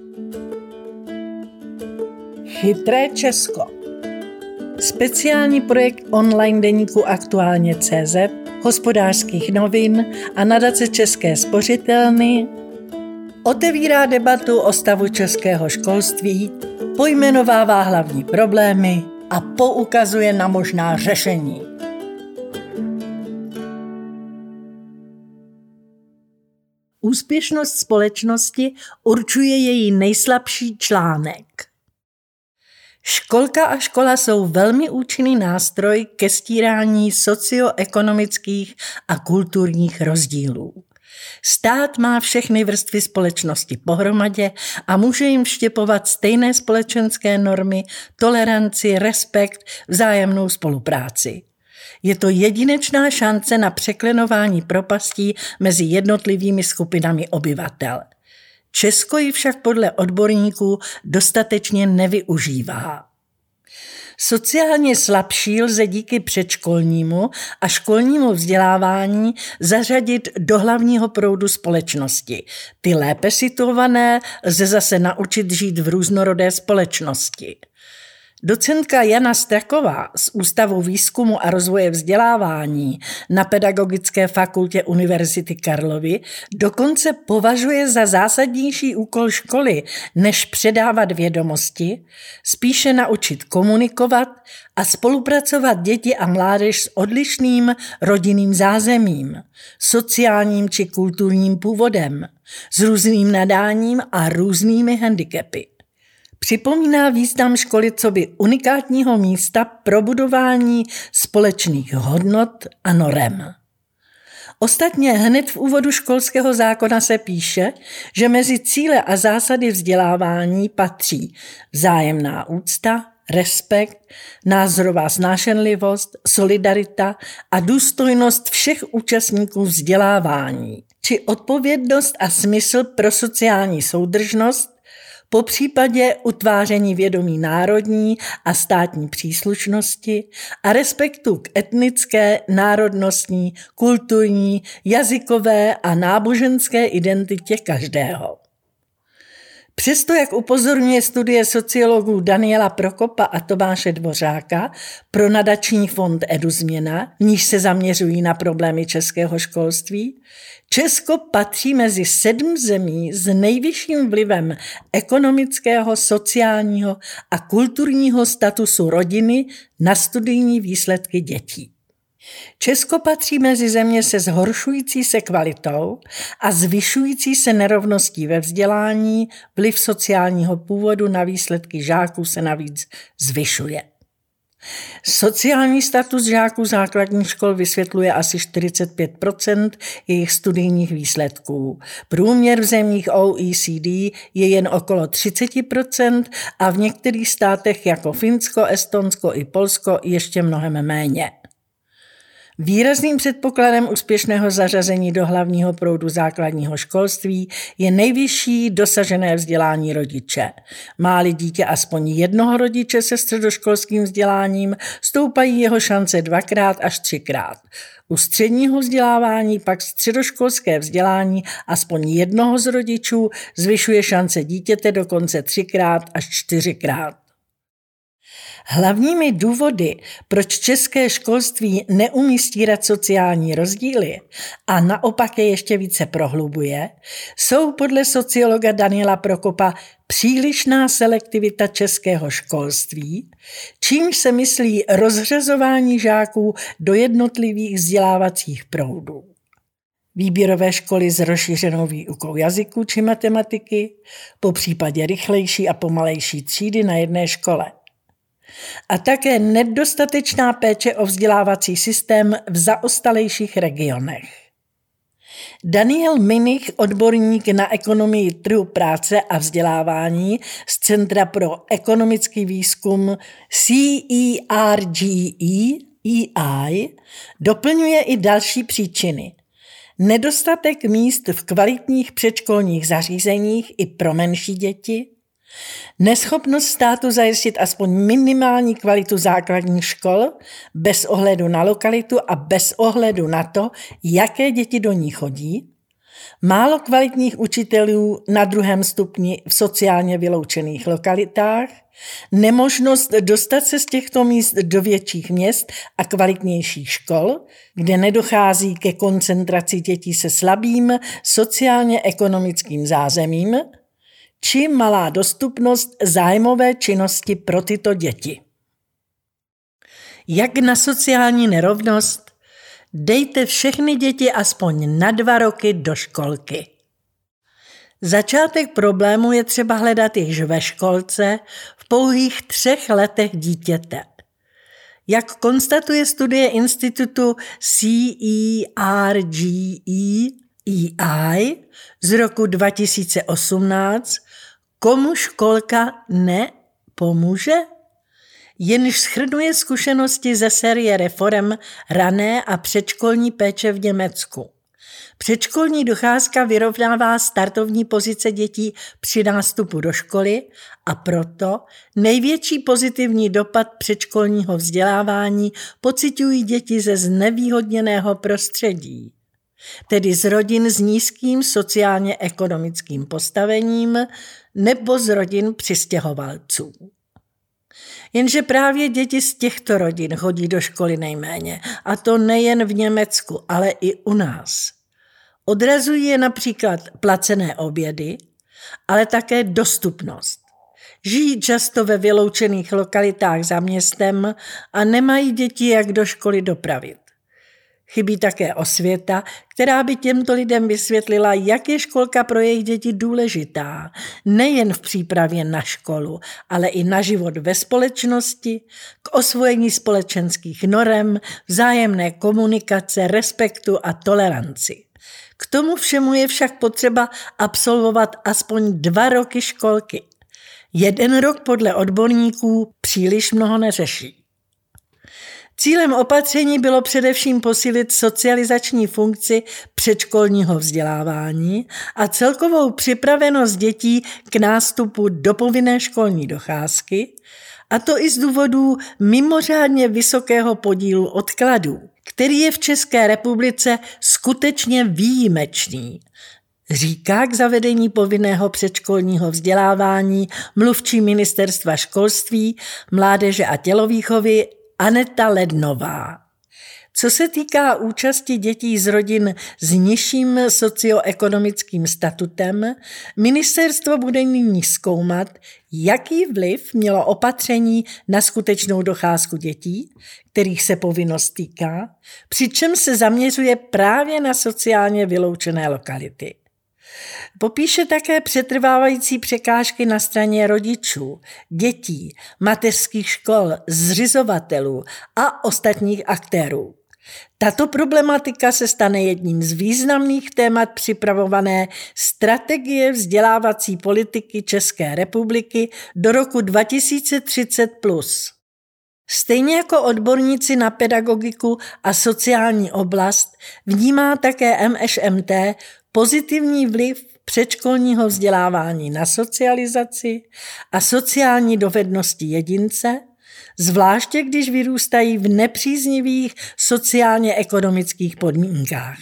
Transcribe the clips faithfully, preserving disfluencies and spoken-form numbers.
Chytré Česko. Speciální projekt online deníku Aktuálně tečka cé zet, Hospodářských novin a nadace České spořitelny otevírá debatu o stavu českého školství, pojmenovává hlavní problémy a poukazuje na možná řešení. Úspěšnost společnosti určuje její nejslabší článek. Školka a škola jsou velmi účinný nástroj ke stírání socioekonomických a kulturních rozdílů. Stát má všechny vrstvy společnosti pohromadě a může jim vštěpovat stejné společenské normy, toleranci, respekt, vzájemnou spolupráci. Je to jedinečná šance na překlenování propastí mezi jednotlivými skupinami obyvatel. Česko ji však podle odborníků dostatečně nevyužívá. Sociálně slabší lze díky předškolnímu a školnímu vzdělávání zařadit do hlavního proudu společnosti. Ty lépe situované lze zase naučit žít v různorodé společnosti. Docentka Jana Straková z Ústavu výzkumu a rozvoje vzdělávání na Pedagogické fakultě Univerzity Karlovy dokonce považuje za zásadnější úkol školy, než předávat vědomosti, spíše naučit komunikovat a spolupracovat děti a mládež s odlišným rodinným zázemím, sociálním či kulturním původem, s různým nadáním a různými handicapy. Připomíná význam školy coby unikátního místa pro budování společných hodnot a norem. Ostatně hned v úvodu školského zákona se píše, že mezi cíle a zásady vzdělávání patří vzájemná úcta, respekt, názorová snášenlivost, solidarita a důstojnost všech účastníků vzdělávání, či odpovědnost a smysl pro sociální soudržnost, po případě utváření vědomí národní a státní příslušnosti a respektu k etnické, národnostní, kulturní, jazykové a náboženské identitě každého. Přesto, jak upozorňuje studie sociologů Daniela Prokopa a Tomáše Dvořáka pro nadační fond EduZměna, v níž se zaměřují na problémy českého školství, Česko patří mezi sedm zemí s nejvyšším vlivem ekonomického, sociálního a kulturního statusu rodiny na studijní výsledky dětí. Česko patří mezi země se zhoršující se kvalitou a zvyšující se nerovností ve vzdělání, vliv sociálního původu na výsledky žáků se navíc zvyšuje. Sociální status žáků základních škol vysvětluje asi čtyřicet pět procent jejich studijních výsledků. Průměr v zemích O E C D je jen okolo třicet procent a v některých státech jako Finsko, Estonsko i Polsko ještě mnohem méně. Výrazným předpokladem úspěšného zařazení do hlavního proudu základního školství je nejvyšší dosažené vzdělání rodiče. Má-li dítě aspoň jednoho rodiče se středoškolským vzděláním, stoupají jeho šance dvakrát až třikrát. U středního vzdělávání pak středoškolské vzdělání aspoň jednoho z rodičů zvyšuje šance dítěte dokonce třikrát až čtyřikrát. Hlavními důvody, proč české školství neumí stírat sociální rozdíly a naopak je ještě více prohlubuje, jsou podle sociologa Daniela Prokopa přílišná selektivita českého školství, čímž se myslí rozřazování žáků do jednotlivých vzdělávacích proudů. Výběrové školy s rozšířenou výukou jazyků či matematiky, po případě rychlejší a pomalejší třídy na jedné škole. A také nedostatečná péče o vzdělávací systém v zaostalejších regionech. Daniel Minich, odborník na ekonomii trhu práce a vzdělávání z Centra pro ekonomický výzkum C E R G E E I, doplňuje i další příčiny. Nedostatek míst v kvalitních předškolních zařízeních i pro menší děti, neschopnost státu zajistit aspoň minimální kvalitu základních škol bez ohledu na lokalitu a bez ohledu na to, jaké děti do ní chodí, málo kvalitních učitelů na druhém stupni v sociálně vyloučených lokalitách, nemožnost dostat se z těchto míst do větších měst a kvalitnějších škol, kde nedochází ke koncentraci dětí se slabým sociálně-ekonomickým zázemím, či malá dostupnost zájmové činnosti pro tyto děti. Jak na sociální nerovnost? Dejte všechny děti aspoň na dva roky do školky. Začátek problému je třeba hledat již ve školce v pouhých třech letech dítěte. Jak konstatuje studie institutu C E R G E E I z roku dva tisíce osmnáct, komu školka nepomůže? Jenž shrnuje zkušenosti ze série reforem rané a předškolní péče v Německu. Předškolní docházka vyrovnává startovní pozice dětí při nástupu do školy a proto největší pozitivní dopad předškolního vzdělávání pociťují děti ze znevýhodněného prostředí, tedy z rodin s nízkým sociálně-ekonomickým postavením nebo z rodin přistěhovalců. Jenže právě děti z těchto rodin chodí do školy nejméně, a to nejen v Německu, ale i u nás. Odrazují je například placené obědy, ale také dostupnost. Žijí často ve vyloučených lokalitách za městem a nemají děti, jak do školy dopravit. Chybí také osvěta, která by těmto lidem vysvětlila, jak je školka pro jejich děti důležitá, nejen v přípravě na školu, ale i na život ve společnosti, k osvojení společenských norem, vzájemné komunikace, respektu a toleranci. K tomu všemu je však potřeba absolvovat aspoň dva roky školky. Jeden rok podle odborníků příliš mnoho neřeší. Cílem opatření bylo především posílit socializační funkci předškolního vzdělávání a celkovou připravenost dětí k nástupu do povinné školní docházky, a to i z důvodů mimořádně vysokého podílu odkladů, který je v České republice skutečně výjimečný, říká k zavedení povinného předškolního vzdělávání mluvčí Ministerstva školství, mládeže a tělovýchovy Aneta Lednová. Co se týká účasti dětí z rodin s nižším socioekonomickým statutem, ministerstvo bude nyní zkoumat, jaký vliv mělo opatření na skutečnou docházku dětí, kterých se povinnost týká, přičemž se zaměřuje právě na sociálně vyloučené lokality. Popíše také přetrvávající překážky na straně rodičů, dětí, mateřských škol, zřizovatelů a ostatních aktérů. Tato problematika se stane jedním z významných témat připravované strategie vzdělávací politiky České republiky do roku dva tisíce třicet plus. Stejně jako odborníci na pedagogiku a sociální oblast vnímá také M Š M T pozitivní vliv předškolního vzdělávání na socializaci a sociální dovednosti jedince, zvláště když vyrůstají v nepříznivých sociálně-ekonomických podmínkách.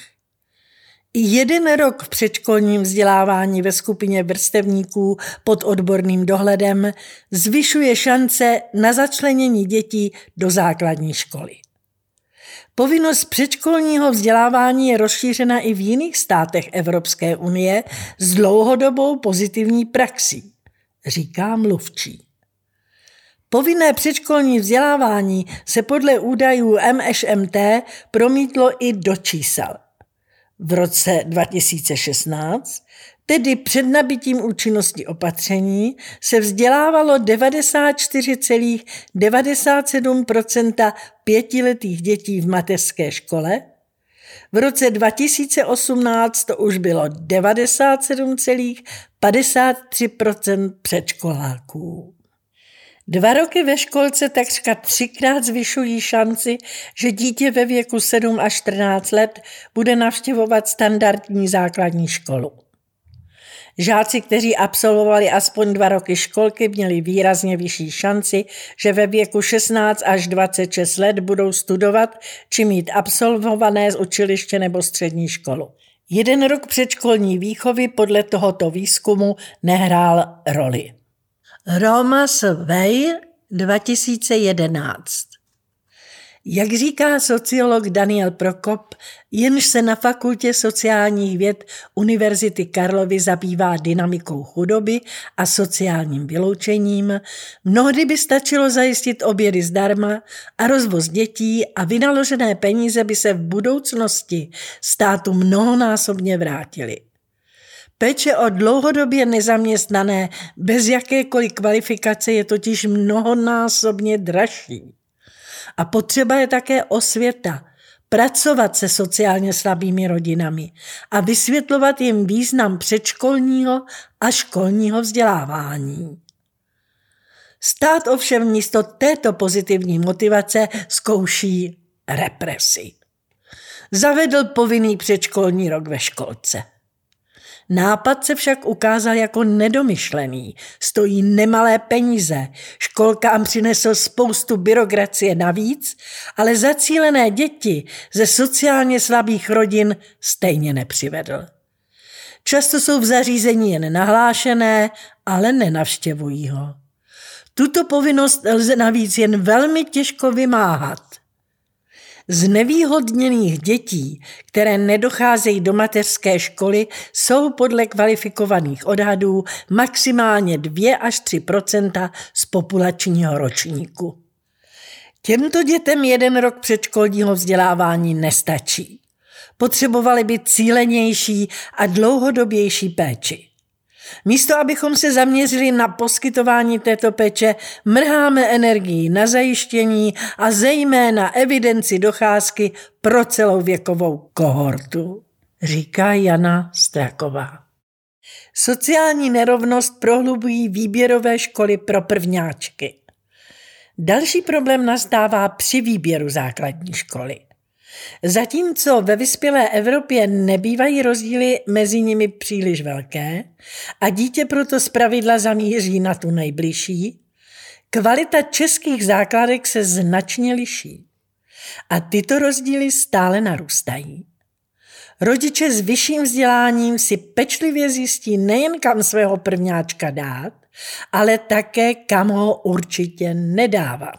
I jeden rok v předškolním vzdělávání ve skupině vrstevníků pod odborným dohledem zvyšuje šance na začlenění dětí do základní školy. Povinnost předškolního vzdělávání je rozšířena i v jiných státech Evropské unie s dlouhodobou pozitivní praxí, říká mluvčí. Povinné předškolní vzdělávání se podle údajů M Š M T promítlo i do čísel. V roce dva tisíce šestnáct, tedy před nabitím účinnosti opatření, se vzdělávalo devadesát čtyři celá devadesát sedm procenta pětiletých dětí v mateřské škole, v roce dva tisíce osmnáct to už bylo devadesát sedm celá padesát tři procenta předškoláků. Dva roky ve školce takřka třikrát zvyšují šanci, že dítě ve věku sedm až čtrnáct let bude navštěvovat standardní základní školu. Žáci, kteří absolvovali aspoň dva roky školky, měli výrazně vyšší šanci, že ve věku šestnáct až dvacet šest let budou studovat či mít absolvované z učiliště nebo střední školu. Jeden rok předškolní výchovy podle tohoto výzkumu nehrál roli. Roma Survey dva tisíce jedenáct. Jak říká sociolog Daniel Prokop, jenž se na Fakultě sociálních věd Univerzity Karlovy zabývá dynamikou chudoby a sociálním vyloučením, mnohdy by stačilo zajistit obědy zdarma a rozvoz dětí a vynaložené peníze by se v budoucnosti státu mnohonásobně vrátily. Péče o dlouhodobě nezaměstnané bez jakékoliv kvalifikace je totiž mnohonásobně dražší. A potřeba je také osvěta, pracovat se sociálně slabými rodinami a vysvětlovat jim význam předškolního a školního vzdělávání. Stát ovšem místo této pozitivní motivace zkouší represi. Zavedl povinný předškolní rok ve školce. Nápad se však ukázal jako nedomyšlený, stojí nemalé peníze, školkám přinesl spoustu byrokracie navíc, ale zacílené děti ze sociálně slabých rodin stejně nepřivedl. Často jsou v zařízení jen nahlášené, ale nenavštěvují ho. Tuto povinnost lze navíc jen velmi těžko vymáhat. Z nevýhodněných dětí, které nedocházejí do mateřské školy, jsou podle kvalifikovaných odhadů maximálně dvě až tři procenta z populačního ročníku. Těmto dětem jeden rok předškolního vzdělávání nestačí. Potřebovali by cílenější a dlouhodobější péči. Místo abychom se zaměřili na poskytování této péče, mrháme energii na zajištění a zejména evidenci docházky pro celou věkovou kohortu, říká Jana Straková. Sociální nerovnost prohlubují výběrové školy pro prvňáčky. Další problém nastává při výběru základní školy. Zatímco ve vyspělé Evropě nebývají rozdíly mezi nimi příliš velké a dítě proto zpravidla zamíří na tu nejbližší, kvalita českých základek se značně liší. A tyto rozdíly stále narůstají. Rodiče s vyšším vzděláním si pečlivě zjistí nejen kam svého prvňáčka dát, ale také kam ho určitě nedávat.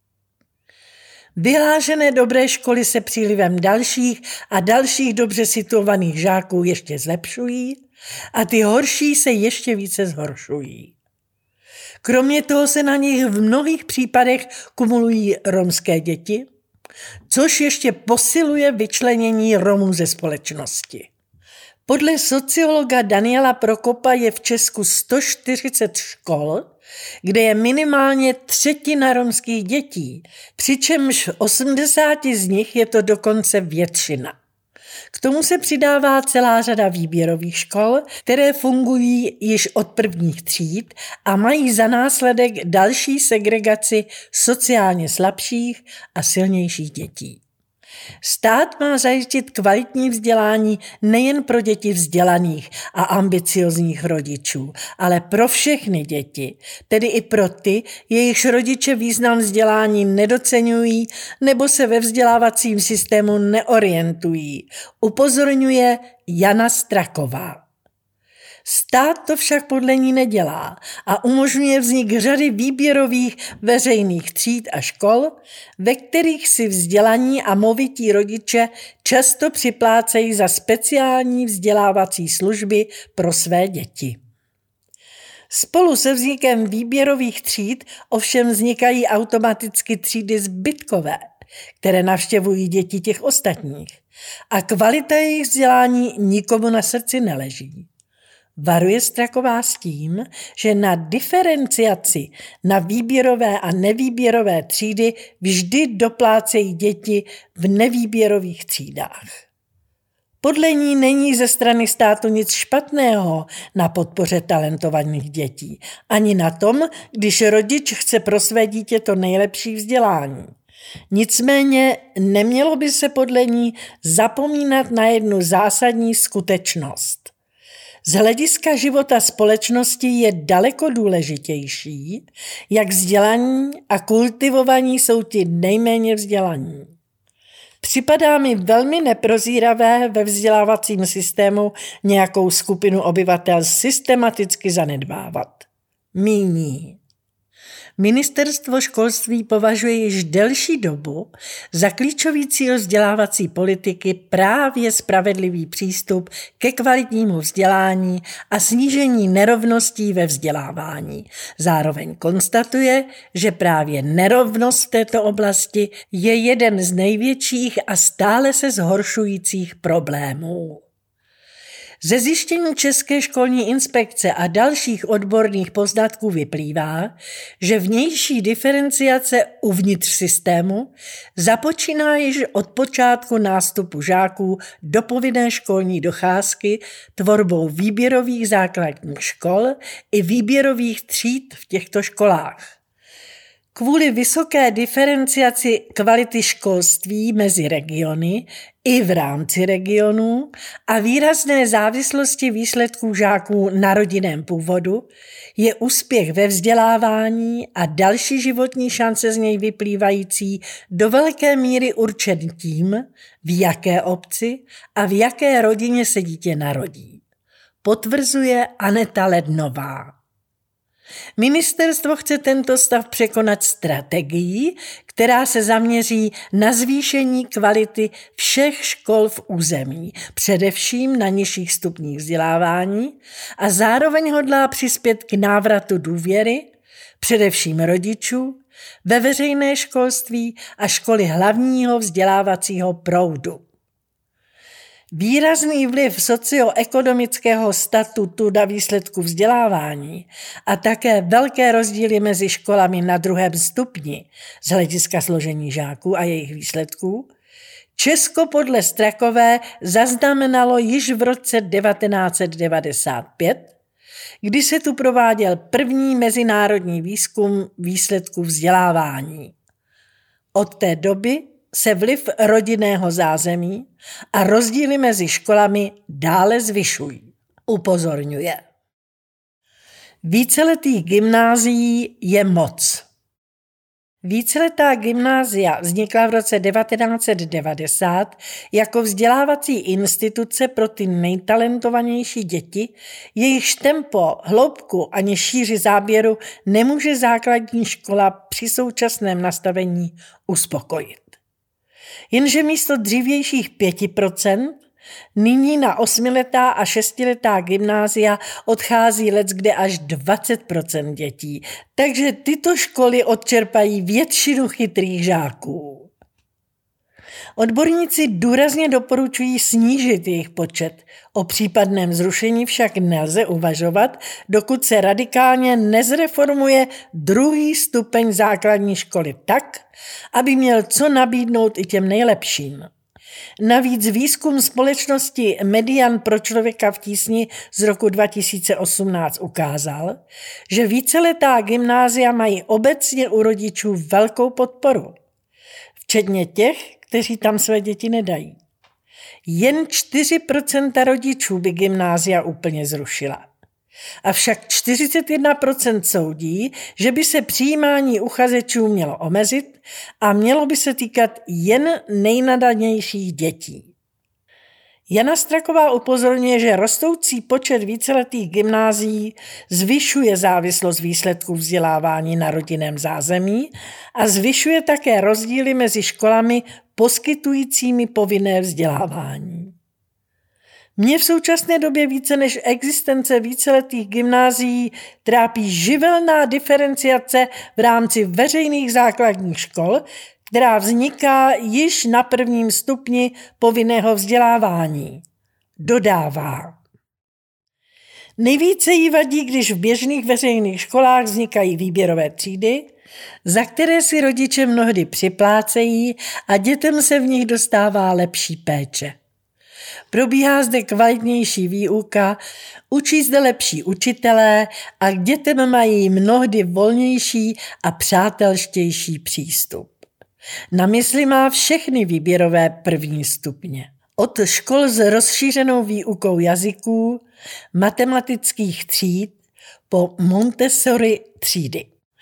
Vyhlášené dobré školy se přílivem dalších a dalších dobře situovaných žáků ještě zlepšují a ty horší se ještě více zhoršují. Kromě toho se na nich v mnohých případech kumulují romské děti, což ještě posiluje vyčlenění Romů ze společnosti. Podle sociologa Daniela Prokopa je v Česku sto čtyřicet škol, kde je minimálně třetina romských dětí, přičemž v osmdesáti z nich je to dokonce většina. K tomu se přidává celá řada výběrových škol, které fungují již od prvních tříd a mají za následek další segregaci sociálně slabších a silnějších dětí. Stát má zajistit kvalitní vzdělání nejen pro děti vzdělaných a ambiciozních rodičů, ale pro všechny děti, tedy i pro ty, jejichž rodiče význam vzdělání nedoceňují nebo se ve vzdělávacím systému neorientují, upozorňuje Jana Straková. Stát to však podle ní nedělá a umožňuje vznik řady výběrových veřejných tříd a škol, ve kterých si vzdělaní a movití rodiče často připlácejí za speciální vzdělávací služby pro své děti. Spolu se vznikem výběrových tříd ovšem vznikají automaticky třídy zbytkové, které navštěvují děti těch ostatních a kvalita jejich vzdělání nikomu na srdci neleží. Varuje Straková s tím, že na diferenciaci na výběrové a nevýběrové třídy vždy doplácejí děti v nevýběrových třídách. Podle ní není ze strany státu nic špatného na podpoře talentovaných dětí, ani na tom, když rodič chce pro své dítě to nejlepší vzdělání. Nicméně nemělo by se podle ní zapomínat na jednu zásadní skutečnost. Z hlediska života společnosti je daleko důležitější, jak vzdělaní a kultivovaní jsou ti nejméně vzdělaní. Připadá mi velmi neprozíravé ve vzdělávacím systému nějakou skupinu obyvatel systematicky zanedbávat. Míní. Ministerstvo školství považuje již delší dobu za klíčový cíl vzdělávací politiky právě spravedlivý přístup ke kvalitnímu vzdělání a snížení nerovností ve vzdělávání. Zároveň konstatuje, že právě nerovnost v této oblasti je jeden z největších a stále se zhoršujících problémů. Ze zjištění České školní inspekce a dalších odborných poznatků vyplývá, že vnější diferenciace uvnitř systému započíná již od počátku nástupu žáků do povinné školní docházky tvorbou výběrových základních škol i výběrových tříd v těchto školách. Kvůli vysoké diferenciaci kvality školství mezi regiony i v rámci regionů a výrazné závislosti výsledků žáků na rodinném původu je úspěch ve vzdělávání a další životní šance z něj vyplývající do velké míry určen tím, v jaké obci a v jaké rodině se dítě narodí. Potvrzuje Aneta Lednová. Ministerstvo chce tento stav překonat strategií, která se zaměří na zvýšení kvality všech škol v území, především na nižších stupních vzdělávání, a zároveň hodlá přispět k návratu důvěry, především rodičů, ve veřejné školství a školy hlavního vzdělávacího proudu. Výrazný vliv socioekonomického statutu na výsledku vzdělávání a také velké rozdíly mezi školami na druhém stupni z hlediska složení žáků a jejich výsledků Česko podle Strakové zaznamenalo již v roce devatenáct set devadesát pět, kdy se tu prováděl první mezinárodní výzkum výsledků vzdělávání. Od té doby se vliv rodinného zázemí a rozdíly mezi školami dále zvyšují. Upozorňuje. Víceletých gymnázií je moc. Víceletá gymnázia vznikla v roce devatenáct set devadesát jako vzdělávací instituce pro ty nejtalentovanější děti, jejichž tempo, hloubku ani šíři záběru nemůže základní škola při současném nastavení uspokojit. Jenže místo dřívějších pěti procent nyní na osmiletá a šestiletá gymnázia odchází leckde až dvacet procent dětí, takže tyto školy odčerpají většinu chytrých žáků. Odborníci důrazně doporučují snížit jejich počet. O případném zrušení však nelze uvažovat, dokud se radikálně nezreformuje druhý stupeň základní školy tak, aby měl co nabídnout i těm nejlepším. Navíc výzkum společnosti Median pro člověka v tísni z roku dva tisíce osmnáct ukázal, že víceletá gymnázia mají obecně u rodičů velkou podporu, včetně těch, kteří tam své děti nedají. Jen čtyři procenta rodičů by gymnázia úplně zrušila. Avšak čtyřicet jedna procent soudí, že by se přijímání uchazečů mělo omezit a mělo by se týkat jen nejnadanějších dětí. Jana Straková upozorňuje, že rostoucí počet víceletých gymnázií zvyšuje závislost výsledků vzdělávání na rodinném zázemí a zvyšuje také rozdíly mezi školami poskytujícími povinné vzdělávání. Mě v současné době více než existence víceletých gymnázií trápí živelná diferenciace v rámci veřejných základních škol, která vzniká již na prvním stupni povinného vzdělávání. Dodává. Nejvíce jí vadí, když v běžných veřejných školách vznikají výběrové třídy, za které si rodiče mnohdy připlácejí a dětem se v nich dostává lepší péče. Probíhá zde kvalitnější výuka, učí zde lepší učitelé a k dětem mají mnohdy volnější a přátelštější přístup. Na mysli má všechny výběrové první stupně. Od škol s rozšířenou výukou jazyků, matematických tříd po Montessori třídy.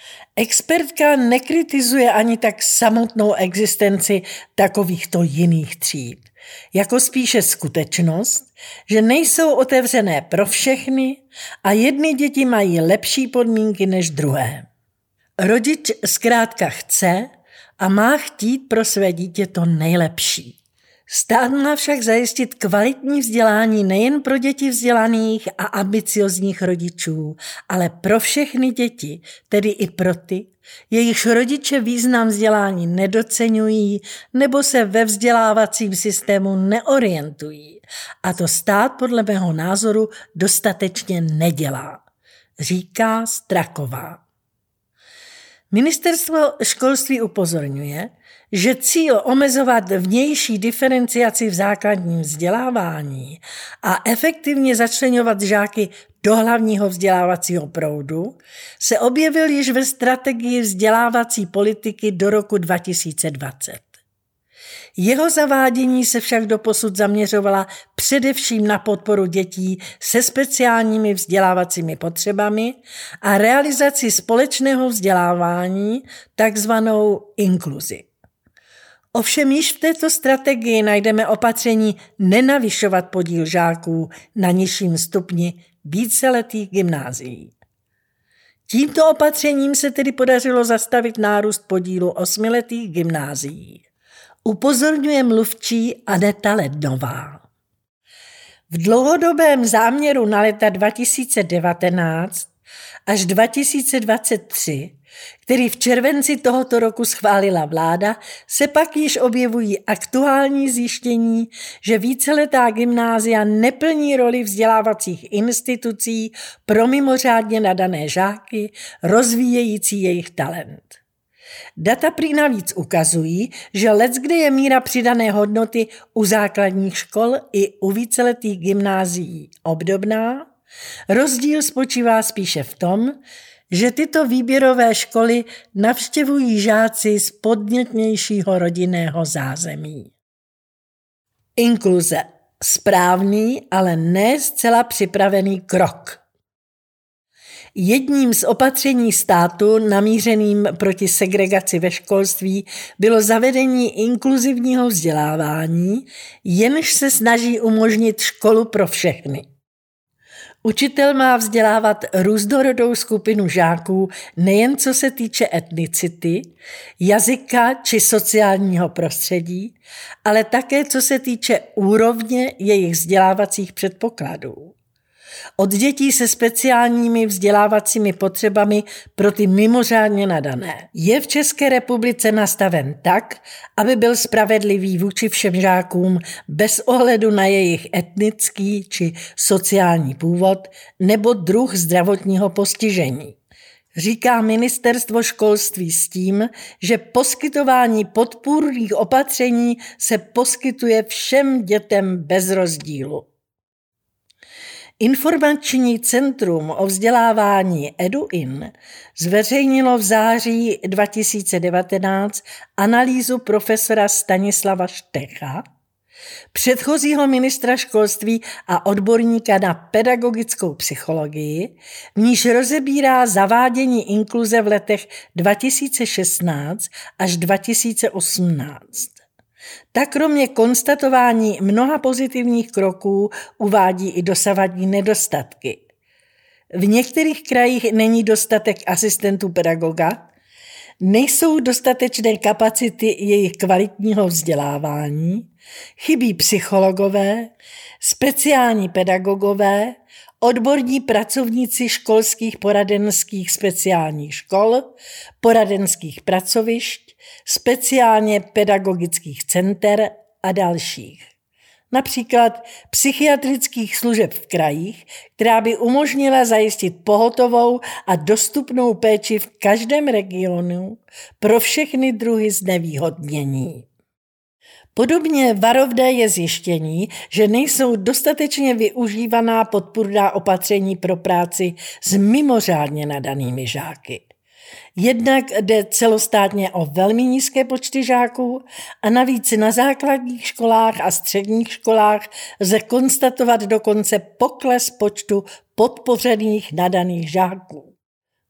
Expertka nekritizuje ani tak samotnou existenci takovýchto jiných tříd, jako spíše skutečnost, že nejsou otevřené pro všechny a jedny děti mají lepší podmínky než druhé. Rodič zkrátka chce a má chtít pro své dítě to nejlepší. Stát má však zajistit kvalitní vzdělání nejen pro děti vzdělaných a ambiciozních rodičů, ale pro všechny děti, tedy i pro ty, jejichž rodiče význam vzdělání nedoceňují nebo se ve vzdělávacím systému neorientují. A to stát podle mého názoru dostatečně nedělá, říká Straková. Ministerstvo školství upozorňuje, že cíl omezovat vnější diferenciaci v základním vzdělávání a efektivně začleňovat žáky do hlavního vzdělávacího proudu se objevil již ve strategii vzdělávací politiky do roku dva tisíce dvacet. Jeho zavádění se však doposud zaměřovala především na podporu dětí se speciálními vzdělávacími potřebami a realizaci společného vzdělávání, takzvanou inkluzi. Ovšem již v této strategii najdeme opatření nenavyšovat podíl žáků na nižším stupni víceletých gymnázií. Tímto opatřením se tedy podařilo zastavit nárůst podílu osmiletých gymnázií. Upozorňuje mluvčí Aneta Lednová. V dlouhodobém záměru na léta dva tisíce devatenáct až dva tisíce dvacet tři, který v červenci tohoto roku schválila vláda, se pak již objevují aktuální zjištění, že víceletá gymnázia neplní roli vzdělávacích institucí pro mimořádně nadané žáky, rozvíjející jejich talent. Data prý navíc ukazují, že leckde je míra přidané hodnoty u základních škol i u víceletých gymnázií obdobná, rozdíl spočívá spíše v tom, že tyto výběrové školy navštěvují žáci z podnětnějšího rodinného zázemí. Inkluze. Správný, ale ne zcela připravený krok. Jedním z opatření státu namířeným proti segregaci ve školství bylo zavedení inkluzivního vzdělávání, jenž se snaží umožnit školu pro všechny. Učitel má vzdělávat různorodou skupinu žáků nejen co se týče etnicity, jazyka či sociálního prostředí, ale také co se týče úrovně jejich vzdělávacích předpokladů. Od dětí se speciálními vzdělávacími potřebami pro ty mimořádně nadané. Je v České republice nastaven tak, aby byl spravedlivý vůči všem žákům bez ohledu na jejich etnický či sociální původ nebo druh zdravotního postižení. Říká Ministerstvo školství s tím, že poskytování podpůrných opatření se poskytuje všem dětem bez rozdílu. Informační centrum o vzdělávání EduIn zveřejnilo v září dva tisíce devatenáct analýzu profesora Stanislava Štecha, předchozího ministra školství a odborníka na pedagogickou psychologii, v níž rozebírá zavádění inkluze v letech dva tisíce šestnáct až dva tisíce osmnáct. Tak kromě konstatování mnoha pozitivních kroků uvádí i dosavadní nedostatky. V některých krajích není dostatek asistentů pedagoga, nejsou dostatečné kapacity jejich kvalitního vzdělávání, chybí psychologové, speciální pedagogové, odborní pracovníci školských poradenských speciálních škol, poradenských pracovišť, speciálně pedagogických center a dalších. Například psychiatrických služeb v krajích, která by umožnila zajistit pohotovou a dostupnou péči v každém regionu pro všechny druhy znevýhodnění. Podobně varovné je zjištění, že nejsou dostatečně využívaná podpůrná opatření pro práci s mimořádně nadanými žáky. Jednak jde celostátně o velmi nízké počty žáků a navíc na základních školách a středních školách lze konstatovat dokonce pokles počtu podpořených nadaných žáků.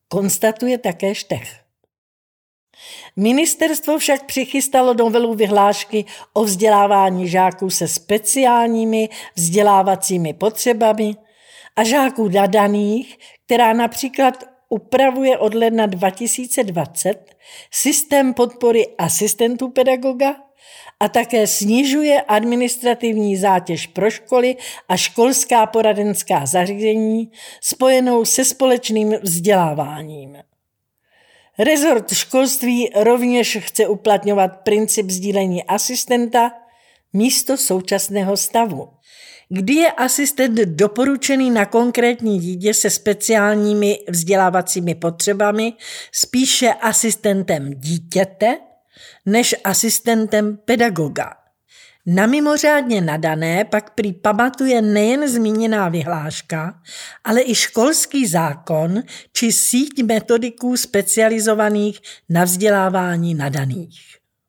konstatuje také Štech. Ministerstvo však přichystalo novelu vyhlášky o vzdělávání žáků se speciálními vzdělávacími potřebami a žáků nadaných, která například upravuje od ledna dva tisíce dvacet systém podpory asistentů pedagoga a také snižuje administrativní zátěž pro školy a školská poradenská zařízení spojenou se společným vzděláváním. Rezort školství rovněž chce uplatňovat princip sdílení asistenta místo současného stavu, kdy je asistent doporučený na konkrétní dítě se speciálními vzdělávacími potřebami spíše asistentem dítěte než asistentem pedagoga. Na mimořádně nadané pak prý pamatuje nejen zmíněná vyhláška, ale i školský zákon či síť metodiků specializovaných na vzdělávání nadaných.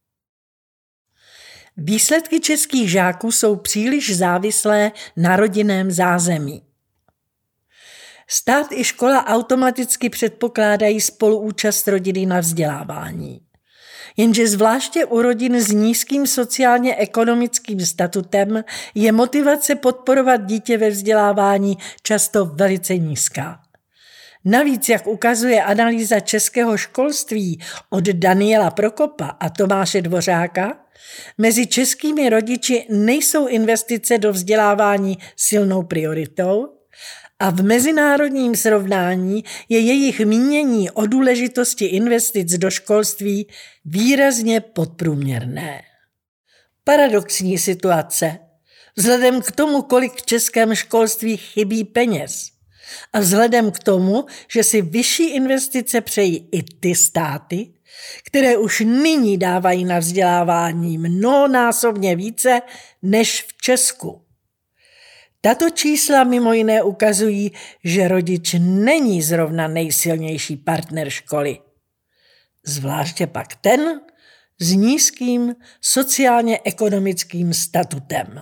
Výsledky českých žáků jsou příliš závislé na rodinném zázemí. Stát i škola automaticky předpokládají spoluúčast rodiny na vzdělávání. Jenže zvláště u rodin s nízkým sociálně-ekonomickým statutem je motivace podporovat dítě ve vzdělávání často velice nízká. Navíc, jak ukazuje analýza českého školství od Daniela Prokopa a Tomáše Dvořáka, mezi českými rodiči nejsou investice do vzdělávání silnou prioritou a v mezinárodním srovnání je jejich mínění o důležitosti investic do školství výrazně podprůměrné. Paradoxní situace. Vzhledem k tomu, kolik v českém školství chybí peněz a vzhledem k tomu, že si vyšší investice přejí i ty státy, které už nyní dávají na vzdělávání mnohonásobně více než v Česku. Tato čísla mimo jiné ukazují, že rodič není zrovna nejsilnější partner školy. Zvláště pak ten s nízkým sociálně-ekonomickým statutem.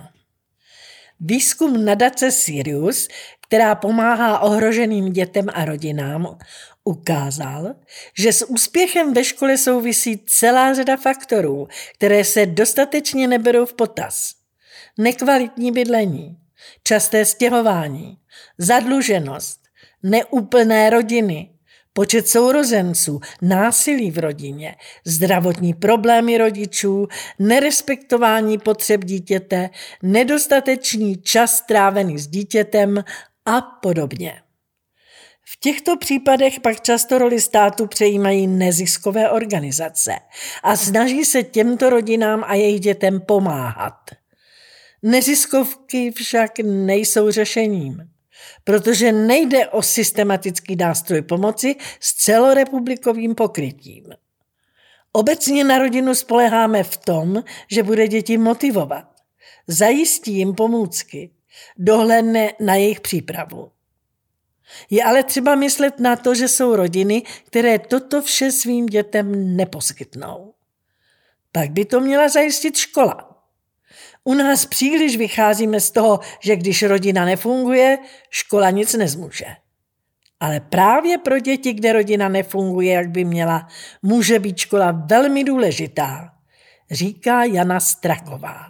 Výzkum nadace Sirius, která pomáhá ohroženým dětem a rodinám, ukázal, že s úspěchem ve škole souvisí celá řada faktorů, které se dostatečně neberou v potaz. Nekvalitní bydlení, časté stěhování, zadluženost, neúplné rodiny, počet sourozenců, násilí v rodině, zdravotní problémy rodičů, nerespektování potřeb dítěte, nedostatečný čas strávený s dítětem a podobně. V těchto případech pak často roli státu přejímají neziskové organizace a snaží se těmto rodinám a jejich dětem pomáhat. Neziskovky však nejsou řešením, protože nejde o systematický nástroj pomoci s celorepublikovým pokrytím. Obecně na rodinu spoléháme v tom, že bude děti motivovat, zajistí jim pomůcky, dohlédne na jejich přípravu. Je ale třeba myslet na to, že jsou rodiny, které toto vše svým dětem neposkytnou. Pak by to měla zajistit škola. U nás příliš vycházíme z toho, že když rodina nefunguje, škola nic nezmůže. Ale právě pro děti, kde rodina nefunguje, jak by měla, může být škola velmi důležitá, říká Jana Straková.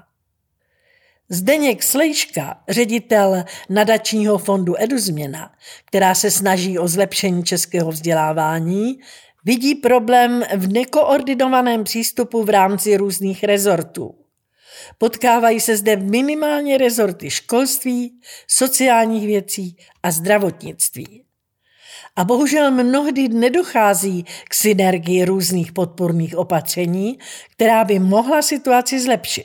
Zdeněk Slejška, ředitel nadačního fondu EduZměna, která se snaží o zlepšení českého vzdělávání, vidí problém v nekoordinovaném přístupu v rámci různých rezortů. Potkávají se zde minimálně rezorty školství, sociálních věcí a zdravotnictví. A bohužel mnohdy nedochází k synergii různých podpůrných opatření, která by mohla situaci zlepšit.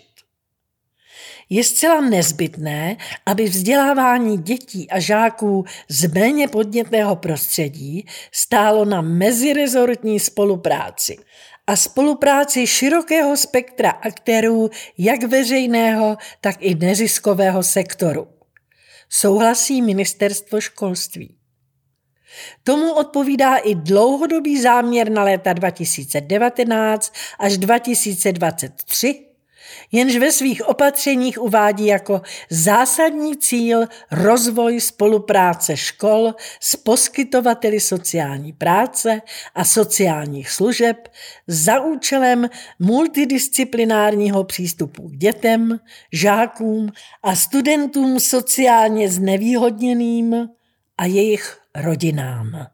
Je zcela nezbytné, aby vzdělávání dětí a žáků z méně podnětného prostředí stálo na mezirezortní spolupráci a spolupráci širokého spektra aktérů jak veřejného, tak i neziskového sektoru. Souhlasí Ministerstvo školství. Tomu odpovídá i dlouhodobý záměr na léta dva tisíce devatenáct až dva tisíce dvacet tři, jenž ve svých opatřeních uvádí jako zásadní cíl rozvoj spolupráce škol s poskytovateli sociální práce a sociálních služeb za účelem multidisciplinárního přístupu k dětem, žákům a studentům sociálně znevýhodněným a jejich rodinám.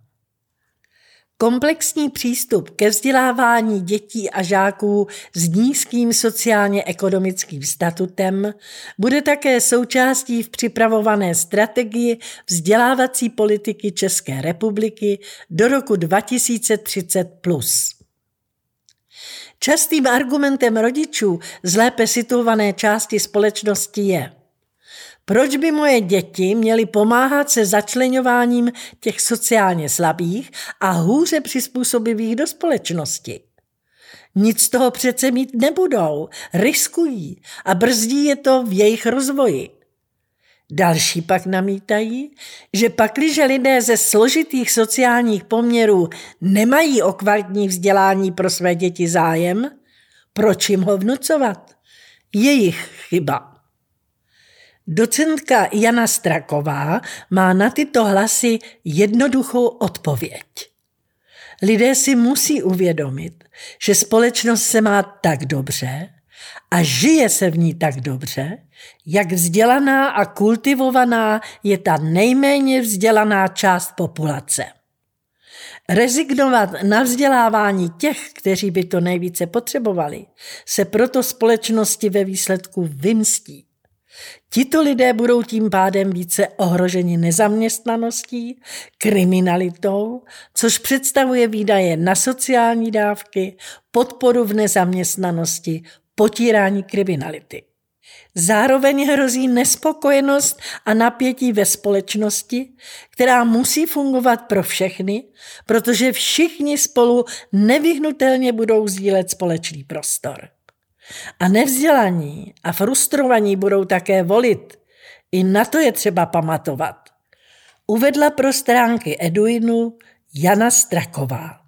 Komplexní přístup ke vzdělávání dětí a žáků s nízkým sociálně-ekonomickým statutem bude také součástí v připravované strategii vzdělávací politiky České republiky do roku dva tisíce třicet plus. Častým argumentem rodičů z lépe situované části společnosti je: proč by moje děti měly pomáhat se začleňováním těch sociálně slabých a hůře přizpůsobivých do společnosti? Nic z toho přece mít nebudou, riskují a brzdí je to v jejich rozvoji. Další pak namítají, že pakliže lidé ze složitých sociálních poměrů nemají o kvalitní vzdělání pro své děti zájem, proč jim ho vnucovat? Jejich chyba. Docentka Jana Straková má na tyto hlasy jednoduchou odpověď. Lidé si musí uvědomit, že společnost se má tak dobře a žije se v ní tak dobře, jak vzdělaná a kultivovaná je ta nejméně vzdělaná část populace. Rezignovat na vzdělávání těch, kteří by to nejvíce potřebovali, se proto společnosti ve výsledku vymstí. Tito lidé budou tím pádem více ohroženi nezaměstnaností, kriminalitou, což představuje výdaje na sociální dávky, podporu v nezaměstnanosti, potírání kriminality. Zároveň hrozí nespokojenost a napětí ve společnosti, která musí fungovat pro všechny, protože všichni spolu nevyhnutelně budou sdílet společný prostor. A nevzdělaní a frustrovaní budou také volit. I na to je třeba pamatovat. Uvedla pro stránky Eduinu Jana Straková.